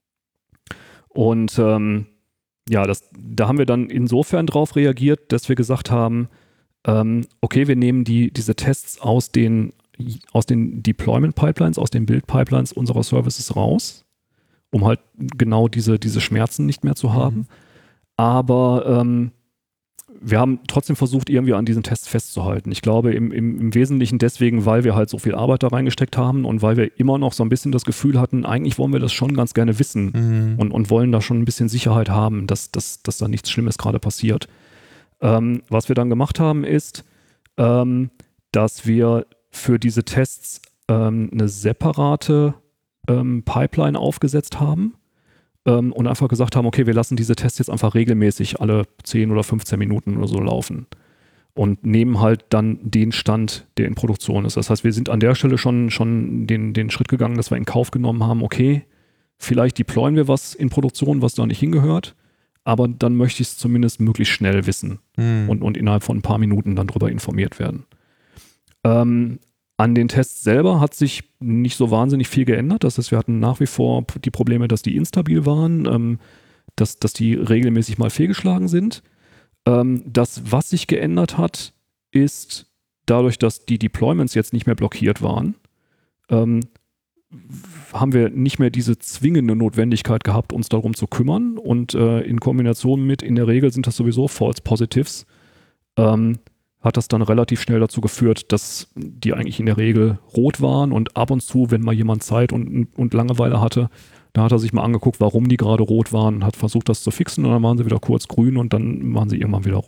Und ähm, ja, das, da haben wir dann insofern drauf reagiert, dass wir gesagt haben, ähm, okay, wir nehmen die, diese Tests aus den aus den Deployment-Pipelines, aus den Build-Pipelines unserer Services raus, um halt genau diese, diese Schmerzen nicht mehr zu haben. Mhm. Aber ähm, wir haben trotzdem versucht, irgendwie an diesen Tests festzuhalten. Ich glaube im, im, im Wesentlichen deswegen, weil wir halt so viel Arbeit da reingesteckt haben und weil wir immer noch so ein bisschen das Gefühl hatten, eigentlich wollen wir das schon ganz gerne wissen mhm. und, und wollen da schon ein bisschen Sicherheit haben, dass, dass, dass da nichts Schlimmes gerade passiert. Ähm, was wir dann gemacht haben, ist, ähm, dass wir für diese Tests ähm, eine separate ähm, Pipeline aufgesetzt haben ähm, und einfach gesagt haben, okay, wir lassen diese Tests jetzt einfach regelmäßig alle zehn oder fünfzehn Minuten oder so laufen und nehmen halt dann den Stand, der in Produktion ist. Das heißt, wir sind an der Stelle schon, schon den, den Schritt gegangen, dass wir in Kauf genommen haben, okay, vielleicht deployen wir was in Produktion, was da nicht hingehört, aber dann möchte ich es zumindest möglichst schnell wissen mhm. und, und innerhalb von ein paar Minuten dann darüber informiert werden. Ähm, an den Tests selber hat sich nicht so wahnsinnig viel geändert. Das heißt, wir hatten nach wie vor die Probleme, dass die instabil waren, ähm, dass, dass die regelmäßig mal fehlgeschlagen sind. Ähm, das, was sich geändert hat, ist dadurch, dass die Deployments jetzt nicht mehr blockiert waren, ähm, haben wir nicht mehr diese zwingende Notwendigkeit gehabt, uns darum zu kümmern. Und äh, in Kombination mit, in der Regel sind das sowieso False Positives, ähm, hat das dann relativ schnell dazu geführt, dass die eigentlich in der Regel rot waren und ab und zu, wenn mal jemand Zeit und, und Langeweile hatte, da hat er sich mal angeguckt, warum die gerade rot waren, hat versucht, das zu fixen und dann waren sie wieder kurz grün und dann waren sie irgendwann wieder rot.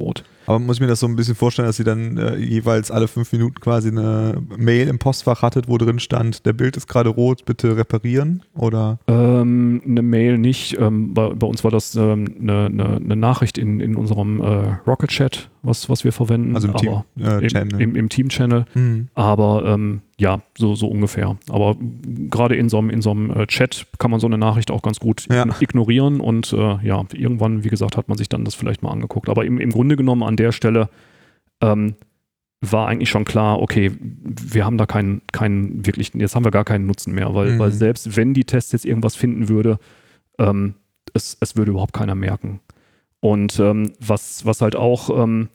Aber muss ich mir das so ein bisschen vorstellen, dass ihr dann äh, jeweils alle fünf Minuten quasi eine Mail im Postfach hattet, wo drin stand, der Bild ist gerade rot, bitte reparieren? Oder? Ähm, eine Mail nicht. Ähm, bei, bei uns war das ähm, eine, eine, eine Nachricht in, in unserem äh, Rocket-Chat, was, was wir verwenden. Also im Team, äh, Im, im, im Team-Channel. Mhm. Aber ähm, ja, so, so ungefähr. Aber gerade in so einem, in so einem äh, Chat kann man so eine Nachricht auch ganz gut Ja. ignorieren und äh, ja, irgendwann, wie gesagt, hat man sich dann das vielleicht mal angeguckt. Aber im, im Grunde genommen an der Stelle ähm, war eigentlich schon klar, okay, wir haben da keinen, keinen wirklichen, jetzt haben wir gar keinen Nutzen mehr, weil, Mhm. weil selbst wenn die Tests jetzt irgendwas finden würde, ähm, es, es würde überhaupt keiner merken. Und ähm, was, was halt auch ähm,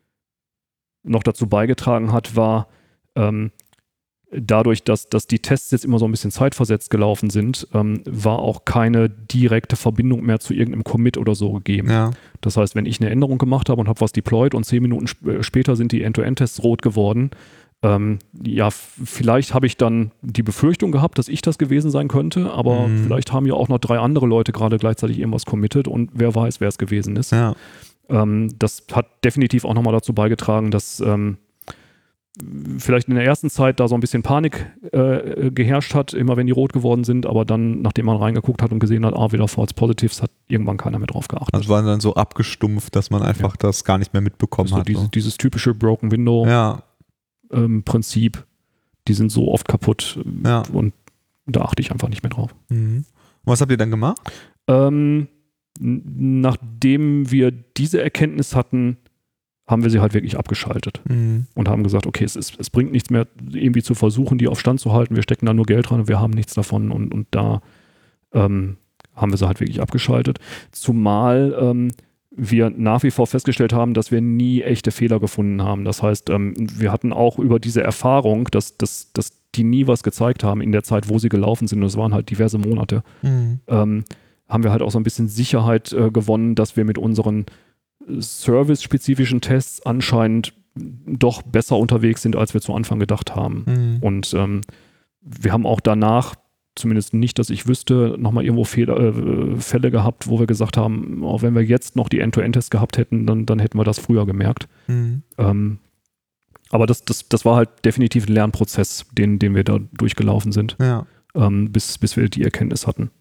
noch dazu beigetragen hat, war ähm, dadurch, dass, dass die Tests jetzt immer so ein bisschen zeitversetzt gelaufen sind, ähm, war auch keine direkte Verbindung mehr zu irgendeinem Commit oder so gegeben. Ja. Das heißt, wenn ich eine Änderung gemacht habe und habe was deployed und zehn Minuten sp- später sind die End-to-End-Tests rot geworden, ähm, ja, f- vielleicht habe ich dann die Befürchtung gehabt, dass ich das gewesen sein könnte, aber Mhm. vielleicht haben ja auch noch drei andere Leute gerade gleichzeitig irgendwas committed und wer weiß, wer es gewesen ist. Ja. Ähm, das hat definitiv auch nochmal dazu beigetragen, dass ähm, vielleicht in der ersten Zeit da so ein bisschen Panik äh, geherrscht hat, immer wenn die rot geworden sind, aber dann, nachdem man reingeguckt hat und gesehen hat, ah, wieder False Positives, hat irgendwann keiner mehr drauf geachtet. Also waren dann so abgestumpft, dass man einfach Ja. das gar nicht mehr mitbekommen Also hat. dieses, So. dieses typische Broken Window Ja, ähm, Prinzip, die sind so oft kaputt äh, Ja. und da achte ich einfach nicht mehr drauf. mhm. Und was habt ihr dann gemacht? Ähm, n- nachdem wir diese Erkenntnis hatten, haben wir sie halt wirklich abgeschaltet Mhm. und haben gesagt, okay, es, ist, es bringt nichts mehr, irgendwie zu versuchen, die auf Stand zu halten. Wir stecken da nur Geld rein und wir haben nichts davon und, und da ähm, haben wir sie halt wirklich abgeschaltet. Zumal ähm, wir nach wie vor festgestellt haben, dass wir nie echte Fehler gefunden haben. Das heißt, ähm, wir hatten auch über diese Erfahrung, dass, dass, dass die nie was gezeigt haben in der Zeit, wo sie gelaufen sind. Und das waren halt diverse Monate. Mhm. Ähm, haben wir halt auch so ein bisschen Sicherheit äh, gewonnen, dass wir mit unseren service-spezifischen Tests anscheinend doch besser unterwegs sind, als wir zu Anfang gedacht haben. Mhm. Und ähm, wir haben auch danach, zumindest nicht, dass ich wüsste, nochmal irgendwo Fehler, äh, Fälle gehabt, wo wir gesagt haben, auch wenn wir jetzt noch die End-to-End-Tests gehabt hätten, dann, dann hätten wir das früher gemerkt. Mhm. Ähm, aber das, das, das war halt definitiv ein Lernprozess, den, den wir da durchgelaufen sind, Ja. ähm, bis, bis wir die Erkenntnis hatten.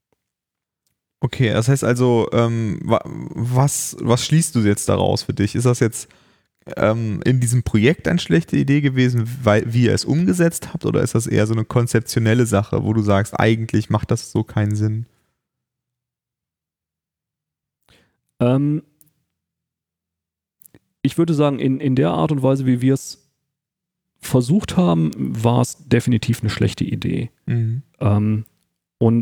Okay, das heißt also, ähm, wa was, was schließt du jetzt daraus für dich? Ist das jetzt ähm, in diesem Projekt eine schlechte Idee gewesen, weil, wie ihr es umgesetzt habt, oder ist das eher so eine konzeptionelle Sache, wo du sagst, eigentlich macht das so keinen Sinn? Ähm, ich würde sagen, in, in der Art und Weise, wie wir es versucht haben, war es definitiv eine schlechte Idee. Mhm. Ähm, und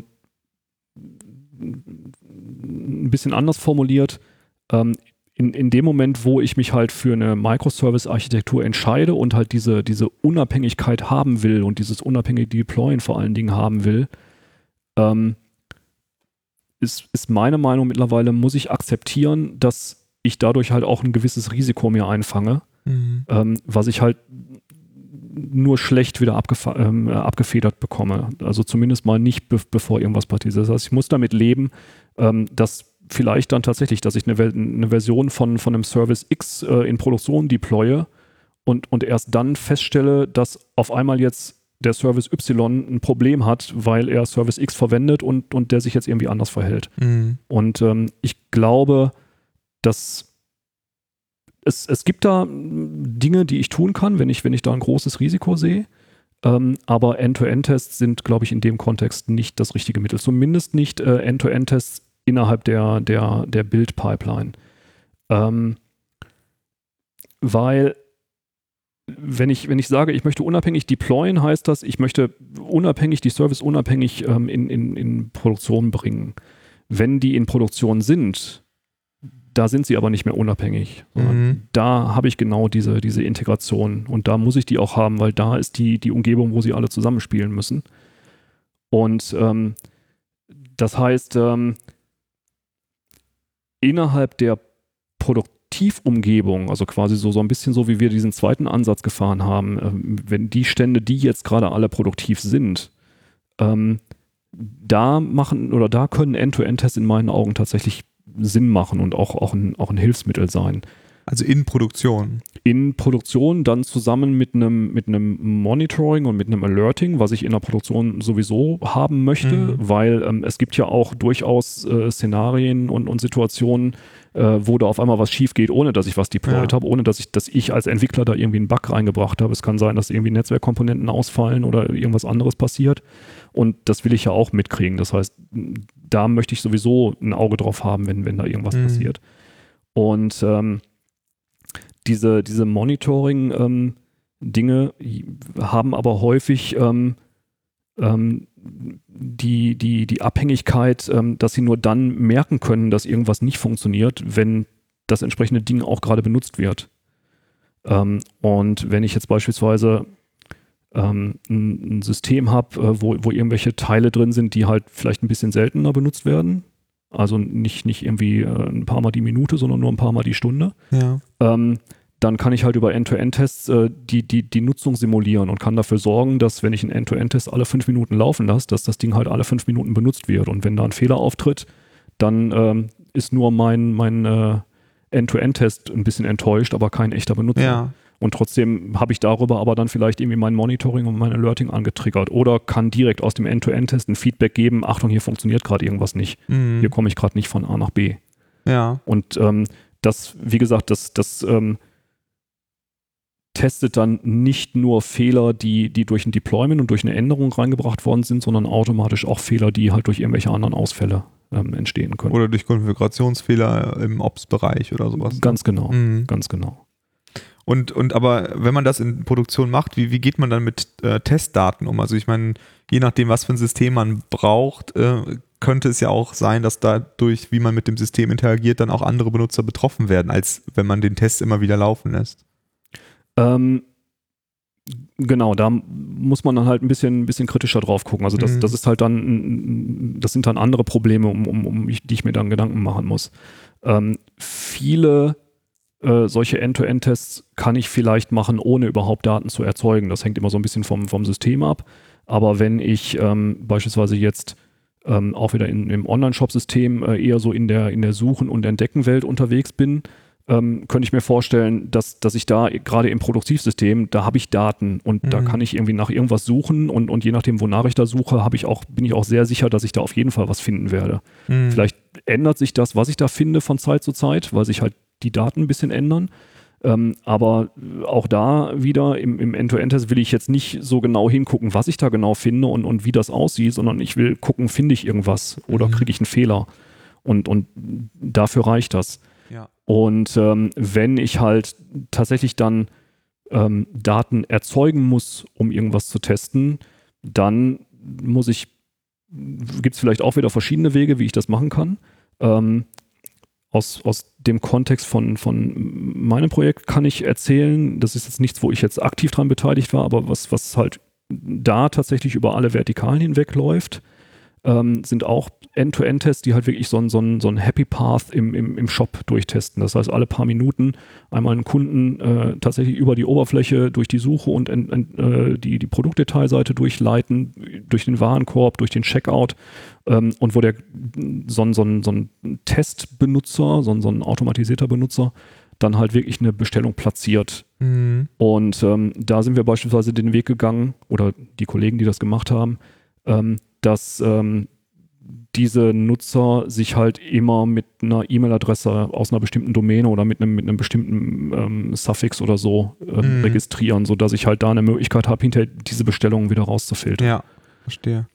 ein bisschen anders formuliert, ähm, in, in dem Moment, wo ich mich halt für eine Microservice-Architektur entscheide und halt diese, diese Unabhängigkeit haben will und dieses unabhängige Deployen vor allen Dingen haben will, ähm, ist, ist meine Meinung mittlerweile, muss ich akzeptieren, dass ich dadurch halt auch ein gewisses Risiko mir einfange, Mhm. ähm, was ich halt nur schlecht wieder abgefa- ähm, abgefedert bekomme. Also zumindest mal nicht, be- bevor irgendwas passiert. Das heißt, ich muss damit leben, ähm, dass vielleicht dann tatsächlich, dass ich eine, Ver- eine Version von, von einem Service X äh, in Produktion deploye und, und erst dann feststelle, dass auf einmal jetzt der Service Y ein Problem hat, weil er Service X verwendet und, und der sich jetzt irgendwie anders verhält. Mhm. Und ähm, ich glaube, dass es, es gibt da Dinge, die ich tun kann, wenn ich, wenn ich da ein großes Risiko sehe. Ähm, aber End-to-End-Tests sind, glaube ich, in dem Kontext nicht das richtige Mittel. Zumindest nicht äh, End-to-End-Tests innerhalb der, der, der Build-Pipeline. Ähm, weil wenn ich, wenn ich sage, ich möchte unabhängig deployen, heißt das, ich möchte unabhängig, die Service unabhängig ähm, in, in, in Produktion bringen. Wenn die in Produktion sind, da sind sie aber nicht mehr unabhängig. Mhm. Da habe ich genau diese, diese Integration und da muss ich die auch haben, weil da ist die, die Umgebung, wo sie alle zusammenspielen müssen. Und ähm, das heißt, ähm, innerhalb der Produktivumgebung, also quasi so, so ein bisschen so, wie wir diesen zweiten Ansatz gefahren haben, ähm, wenn die Stände, die jetzt gerade alle produktiv sind, ähm, da machen oder da können End-to-End-Tests in meinen Augen tatsächlich Sinn machen und auch, auch, ein, auch ein Hilfsmittel sein. Also in Produktion. In Produktion dann zusammen mit einem mit einem Monitoring und mit einem Alerting, was ich in der Produktion sowieso haben möchte, mhm. weil ähm, es gibt ja auch durchaus äh, Szenarien und, und Situationen, äh, wo da auf einmal was schief geht, ohne dass ich was deployed ja. habe, ohne dass ich, dass ich als Entwickler da irgendwie einen Bug reingebracht habe. Es kann sein, dass irgendwie Netzwerkkomponenten ausfallen oder irgendwas anderes passiert und das will ich ja auch mitkriegen. Das heißt, da möchte ich sowieso ein Auge drauf haben, wenn, wenn da irgendwas mhm. passiert. Und ähm, Diese, diese Monitoring-Dinge ähm, haben aber häufig ähm, ähm, die, die, die Abhängigkeit, ähm, dass sie nur dann merken können, dass irgendwas nicht funktioniert, wenn das entsprechende Ding auch gerade benutzt wird. Ähm, und wenn ich jetzt beispielsweise ähm, ein, ein System habe, äh, wo, wo irgendwelche Teile drin sind, die halt vielleicht ein bisschen seltener benutzt werden, also nicht, nicht irgendwie äh, ein paar Mal die Minute, sondern nur ein paar Mal die Stunde, ja. ähm, dann kann ich halt über End-to-End-Tests äh, die, die, die Nutzung simulieren und kann dafür sorgen, dass, wenn ich einen End-to-End-Test alle fünf Minuten laufen lasse, dass das Ding halt alle fünf Minuten benutzt wird. Und wenn da ein Fehler auftritt, dann ähm, ist nur mein, mein äh, End-to-End-Test ein bisschen enttäuscht, aber kein echter Benutzer. Ja. Und trotzdem habe ich darüber aber dann vielleicht irgendwie mein Monitoring und mein Alerting angetriggert oder kann direkt aus dem End-to-End-Test ein Feedback geben, Achtung, hier funktioniert gerade irgendwas nicht. Mhm. Hier komme ich gerade nicht von A nach B. Ja. Und ähm, das, wie gesagt, das, das ähm, testet dann nicht nur Fehler, die, die durch ein Deployment und durch eine Änderung reingebracht worden sind, sondern automatisch auch Fehler, die halt durch irgendwelche anderen Ausfälle ähm, entstehen können. Oder durch Konfigurationsfehler im Ops-Bereich oder sowas. Ganz genau, mhm. ganz genau. Und, und aber wenn man das in Produktion macht, wie, wie geht man dann mit äh, Testdaten um? Also ich meine, je nachdem, was für ein System man braucht, äh, könnte es ja auch sein, dass dadurch, wie man mit dem System interagiert, dann auch andere Benutzer betroffen werden, als wenn man den Test immer wieder laufen lässt. Ähm, genau, da muss man dann halt ein bisschen, ein bisschen kritischer drauf gucken. Also das, mhm. das ist halt dann, das sind dann andere Probleme, um, um, um die ich mir dann Gedanken machen muss. Ähm, viele äh, solche End-to-End-Tests kann ich vielleicht machen, ohne überhaupt Daten zu erzeugen. Das hängt immer so ein bisschen vom, vom System ab. Aber wenn ich ähm, beispielsweise jetzt ähm, auch wieder in, im Online-Shop-System äh, eher so in der, in der Suchen- und Entdecken-Welt unterwegs bin, Ähm, könnte ich mir vorstellen, dass, dass ich da gerade im Produktivsystem, da habe ich Daten und mhm. da kann ich irgendwie nach irgendwas suchen und, und je nachdem, wonach ich da suche, habe ich auch, bin ich auch sehr sicher, dass ich da auf jeden Fall was finden werde. Mhm. Vielleicht ändert sich das, was ich da finde von Zeit zu Zeit, weil sich halt die Daten ein bisschen ändern. Ähm, aber auch da wieder im, im End-to-End-Test will ich jetzt nicht so genau hingucken, was ich da genau finde und, und wie das aussieht, sondern ich will gucken, finde ich irgendwas oder mhm. kriege ich einen Fehler. Und, und dafür reicht das. Ja. Und ähm, wenn ich halt tatsächlich dann ähm, Daten erzeugen muss, um irgendwas zu testen, dann muss ich, gibt es vielleicht auch wieder verschiedene Wege, wie ich das machen kann. Ähm, aus, aus dem Kontext von, von meinem Projekt kann ich erzählen, das ist jetzt nichts, wo ich jetzt aktiv dran beteiligt war, aber was, was halt da tatsächlich über alle Vertikalen hinweg läuft, ähm, sind auch End-to-End-Tests, die halt wirklich so ein, so ein, so ein Happy Path im, im, im Shop durchtesten. Das heißt, alle paar Minuten einmal einen Kunden äh, tatsächlich über die Oberfläche durch die Suche und en, en, äh, die, die Produktdetailseite durchleiten, durch den Warenkorb, durch den Checkout ähm, und wo der so ein, so ein, so ein Testbenutzer, so ein, so ein automatisierter Benutzer dann halt wirklich eine Bestellung platziert. Mhm. Und ähm, da sind wir beispielsweise den Weg gegangen, oder die Kollegen, die das gemacht haben, ähm, dass ähm, diese Nutzer sich halt immer mit einer E-Mail-Adresse aus einer bestimmten Domäne oder mit einem, mit einem bestimmten ähm, Suffix oder so äh, mhm. registrieren, sodass ich halt da eine Möglichkeit habe, hinterher diese Bestellungen wieder rauszufiltern. Ja, verstehe.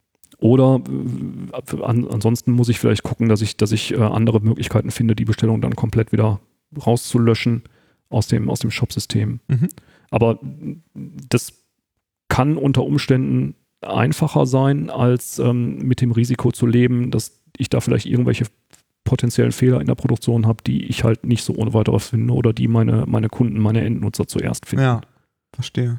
Oder äh, an, ansonsten muss ich vielleicht gucken, dass ich, dass ich äh, andere Möglichkeiten finde, die Bestellung dann komplett wieder rauszulöschen aus dem, aus dem Shop-System. Mhm. Aber das kann unter Umständen einfacher sein, als ähm, mit dem Risiko zu leben, dass ich da vielleicht irgendwelche potenziellen Fehler in der Produktion habe, die ich halt nicht so ohne weiteres finde oder die meine, meine Kunden, meine Endnutzer zuerst finden. Ja, verstehe.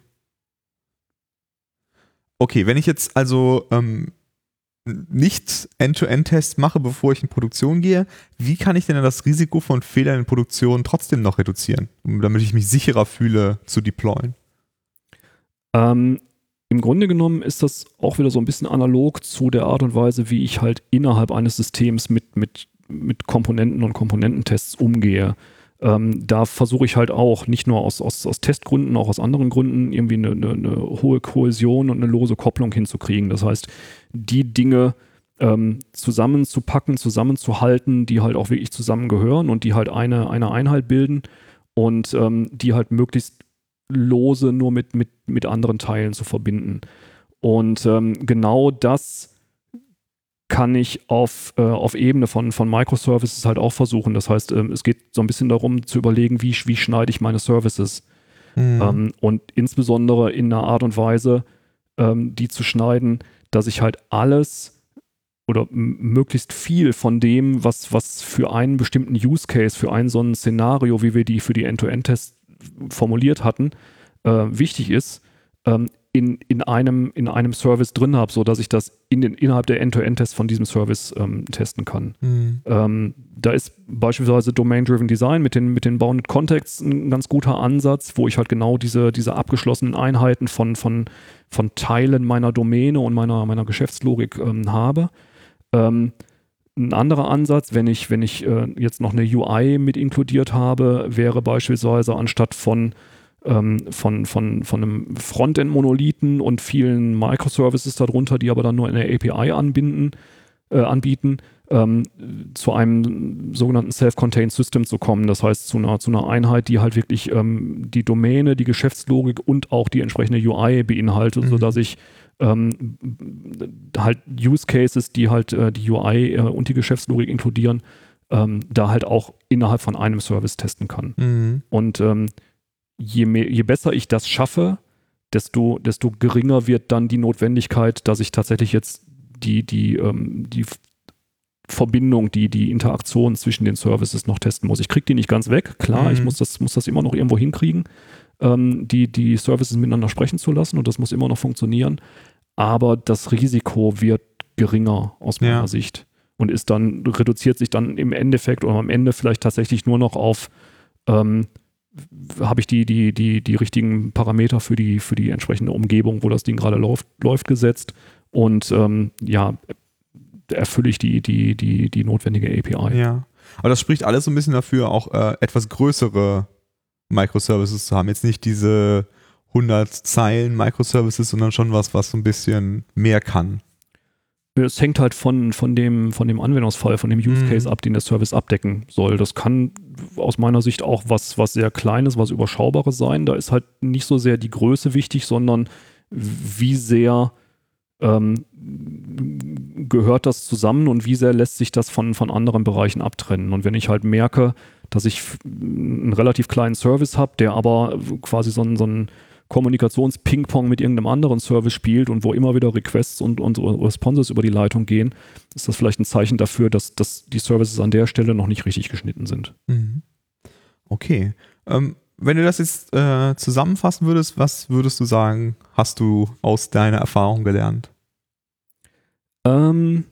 Okay, wenn ich jetzt also ähm, nicht End-to-End-Tests mache, bevor ich in Produktion gehe, wie kann ich denn das Risiko von Fehlern in Produktion trotzdem noch reduzieren, damit ich mich sicherer fühle zu deployen? Ähm, Im Grunde genommen ist das auch wieder so ein bisschen analog zu der Art und Weise, wie ich halt innerhalb eines Systems mit, mit, mit Komponenten und Komponententests umgehe. Ähm, da versuche ich halt auch, nicht nur aus, aus, aus Testgründen, auch aus anderen Gründen, irgendwie eine, eine, eine hohe Kohäsion und eine lose Kopplung hinzukriegen. Das heißt, die Dinge ähm, zusammenzupacken, zusammenzuhalten, die halt auch wirklich zusammengehören und die halt eine, eine Einheit bilden und ähm, die halt möglichst lose nur mit, mit, mit anderen Teilen zu verbinden. Und ähm, genau das kann ich auf, äh, auf Ebene von, von Microservices halt auch versuchen. Das heißt, ähm, es geht so ein bisschen darum zu überlegen, wie, wie schneide ich meine Services. Mhm. Ähm, und insbesondere in einer Art und Weise, ähm, die zu schneiden, dass ich halt alles oder m- möglichst viel von dem, was, was für einen bestimmten Use Case, für ein so ein Szenario, wie wir die für die End-to-End-Tests formuliert hatten, äh, wichtig ist, ähm, in, in, einem, in einem Service drin habe, sodass ich das in den, innerhalb der End-to-End-Tests von diesem Service ähm, testen kann. Mhm. Ähm, da ist beispielsweise Domain-Driven Design mit den, mit den Bounded Contexts ein ganz guter Ansatz, wo ich halt genau diese, diese abgeschlossenen Einheiten von, von, von Teilen meiner Domäne und meiner, meiner Geschäftslogik ähm, habe. Ähm, ein anderer Ansatz, wenn ich, wenn ich äh, jetzt noch eine U I mit inkludiert habe, wäre beispielsweise anstatt von Ähm, von, von, von einem Frontend-Monolithen und vielen Microservices darunter, die aber dann nur eine A P I anbinden, äh, anbieten, ähm, zu einem sogenannten Self-Contained System zu kommen. Das heißt, zu einer, zu einer Einheit, die halt wirklich ähm, die Domäne, die Geschäftslogik und auch die entsprechende U I beinhaltet, mhm. sodass ich ähm, halt Use Cases, die halt äh, die U I äh, und die Geschäftslogik inkludieren, ähm, da halt auch innerhalb von einem Service testen kann. Mhm. Und ähm, Je, mehr, je besser ich das schaffe, desto, desto geringer wird dann die Notwendigkeit, dass ich tatsächlich jetzt die, die, ähm, die Verbindung, die, die Interaktion zwischen den Services noch testen muss. Ich kriege die nicht ganz weg, klar, mhm. ich muss das, muss das immer noch irgendwo hinkriegen, ähm, die, die Services miteinander sprechen zu lassen und das muss immer noch funktionieren, aber das Risiko wird geringer aus meiner ja. Sicht und ist dann, reduziert sich dann im Endeffekt oder am Ende vielleicht tatsächlich nur noch auf ähm, habe ich die, die, die, die richtigen Parameter für die, für die entsprechende Umgebung, wo das Ding gerade läuft, läuft, gesetzt und ähm, ja, erfülle ich die, die, die, die notwendige A P I. Ja, aber das spricht alles so ein bisschen dafür, auch äh, etwas größere Microservices zu haben. Jetzt nicht diese hundert Zeilen Microservices, sondern schon was, was so ein bisschen mehr kann. Es hängt halt von, von, dem, von dem Anwendungsfall, von dem Use Case mhm. ab, den der Service abdecken soll. Das kann aus meiner Sicht auch was, was sehr Kleines, was Überschaubares sein. Da ist halt nicht so sehr die Größe wichtig, sondern wie sehr ähm, gehört das zusammen und wie sehr lässt sich das von, von anderen Bereichen abtrennen. Und wenn ich halt merke, dass ich einen relativ kleinen Service habe, der aber quasi so ein, so ein Kommunikations-Ping-Pong mit irgendeinem anderen Service spielt und wo immer wieder Requests und, und Responses über die Leitung gehen, ist das vielleicht ein Zeichen dafür, dass, dass die Services an der Stelle noch nicht richtig geschnitten sind. Okay. Ähm, wenn du das jetzt äh, zusammenfassen würdest, was würdest du sagen, hast du aus deiner Erfahrung gelernt? Ähm,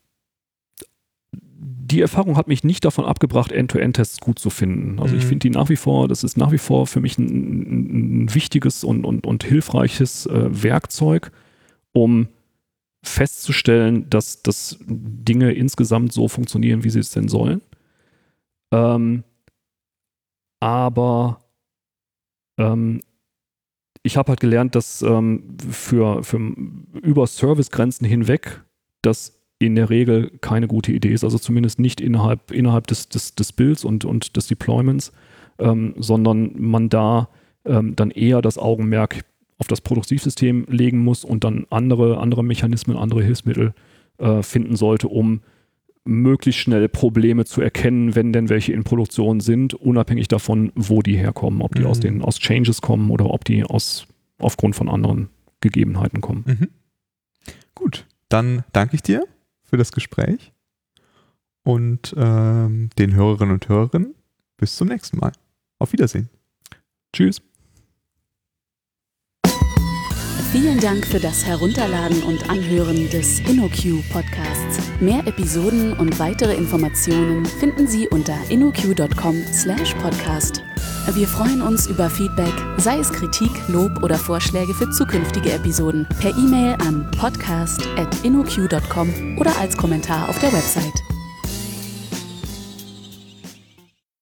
die Erfahrung hat mich nicht davon abgebracht, End-to-End-Tests gut zu finden. Also mhm. ich finde die nach wie vor, das ist nach wie vor für mich ein, ein wichtiges und, und, und hilfreiches äh, Werkzeug, um festzustellen, dass, dass Dinge insgesamt so funktionieren, wie sie es denn sollen. Ähm, aber ähm, ich habe halt gelernt, dass ähm, für, für über Servicegrenzen hinweg das in der Regel keine gute Idee ist, also zumindest nicht innerhalb, innerhalb des, des, des Builds und, und des Deployments, ähm, sondern man da ähm, dann eher das Augenmerk auf das Produktivsystem legen muss und dann andere, andere Mechanismen, andere Hilfsmittel äh, finden sollte, um möglichst schnell Probleme zu erkennen, wenn denn welche in Produktion sind, unabhängig davon, wo die herkommen, ob die mhm. aus den aus Changes kommen oder ob die aus aufgrund von anderen Gegebenheiten kommen. Mhm. Gut, dann danke ich dir für das Gespräch und ähm, den Hörerinnen und Hörern bis zum nächsten Mal. Auf Wiedersehen. Tschüss. Vielen Dank für das Herunterladen und Anhören des InnoQ Podcasts. Mehr Episoden und weitere Informationen finden Sie unter innoq punkt com slash podcast. Wir freuen uns über Feedback, sei es Kritik, Lob oder Vorschläge für zukünftige Episoden, per E-Mail an podcast at innoq punkt com oder als Kommentar auf der Website.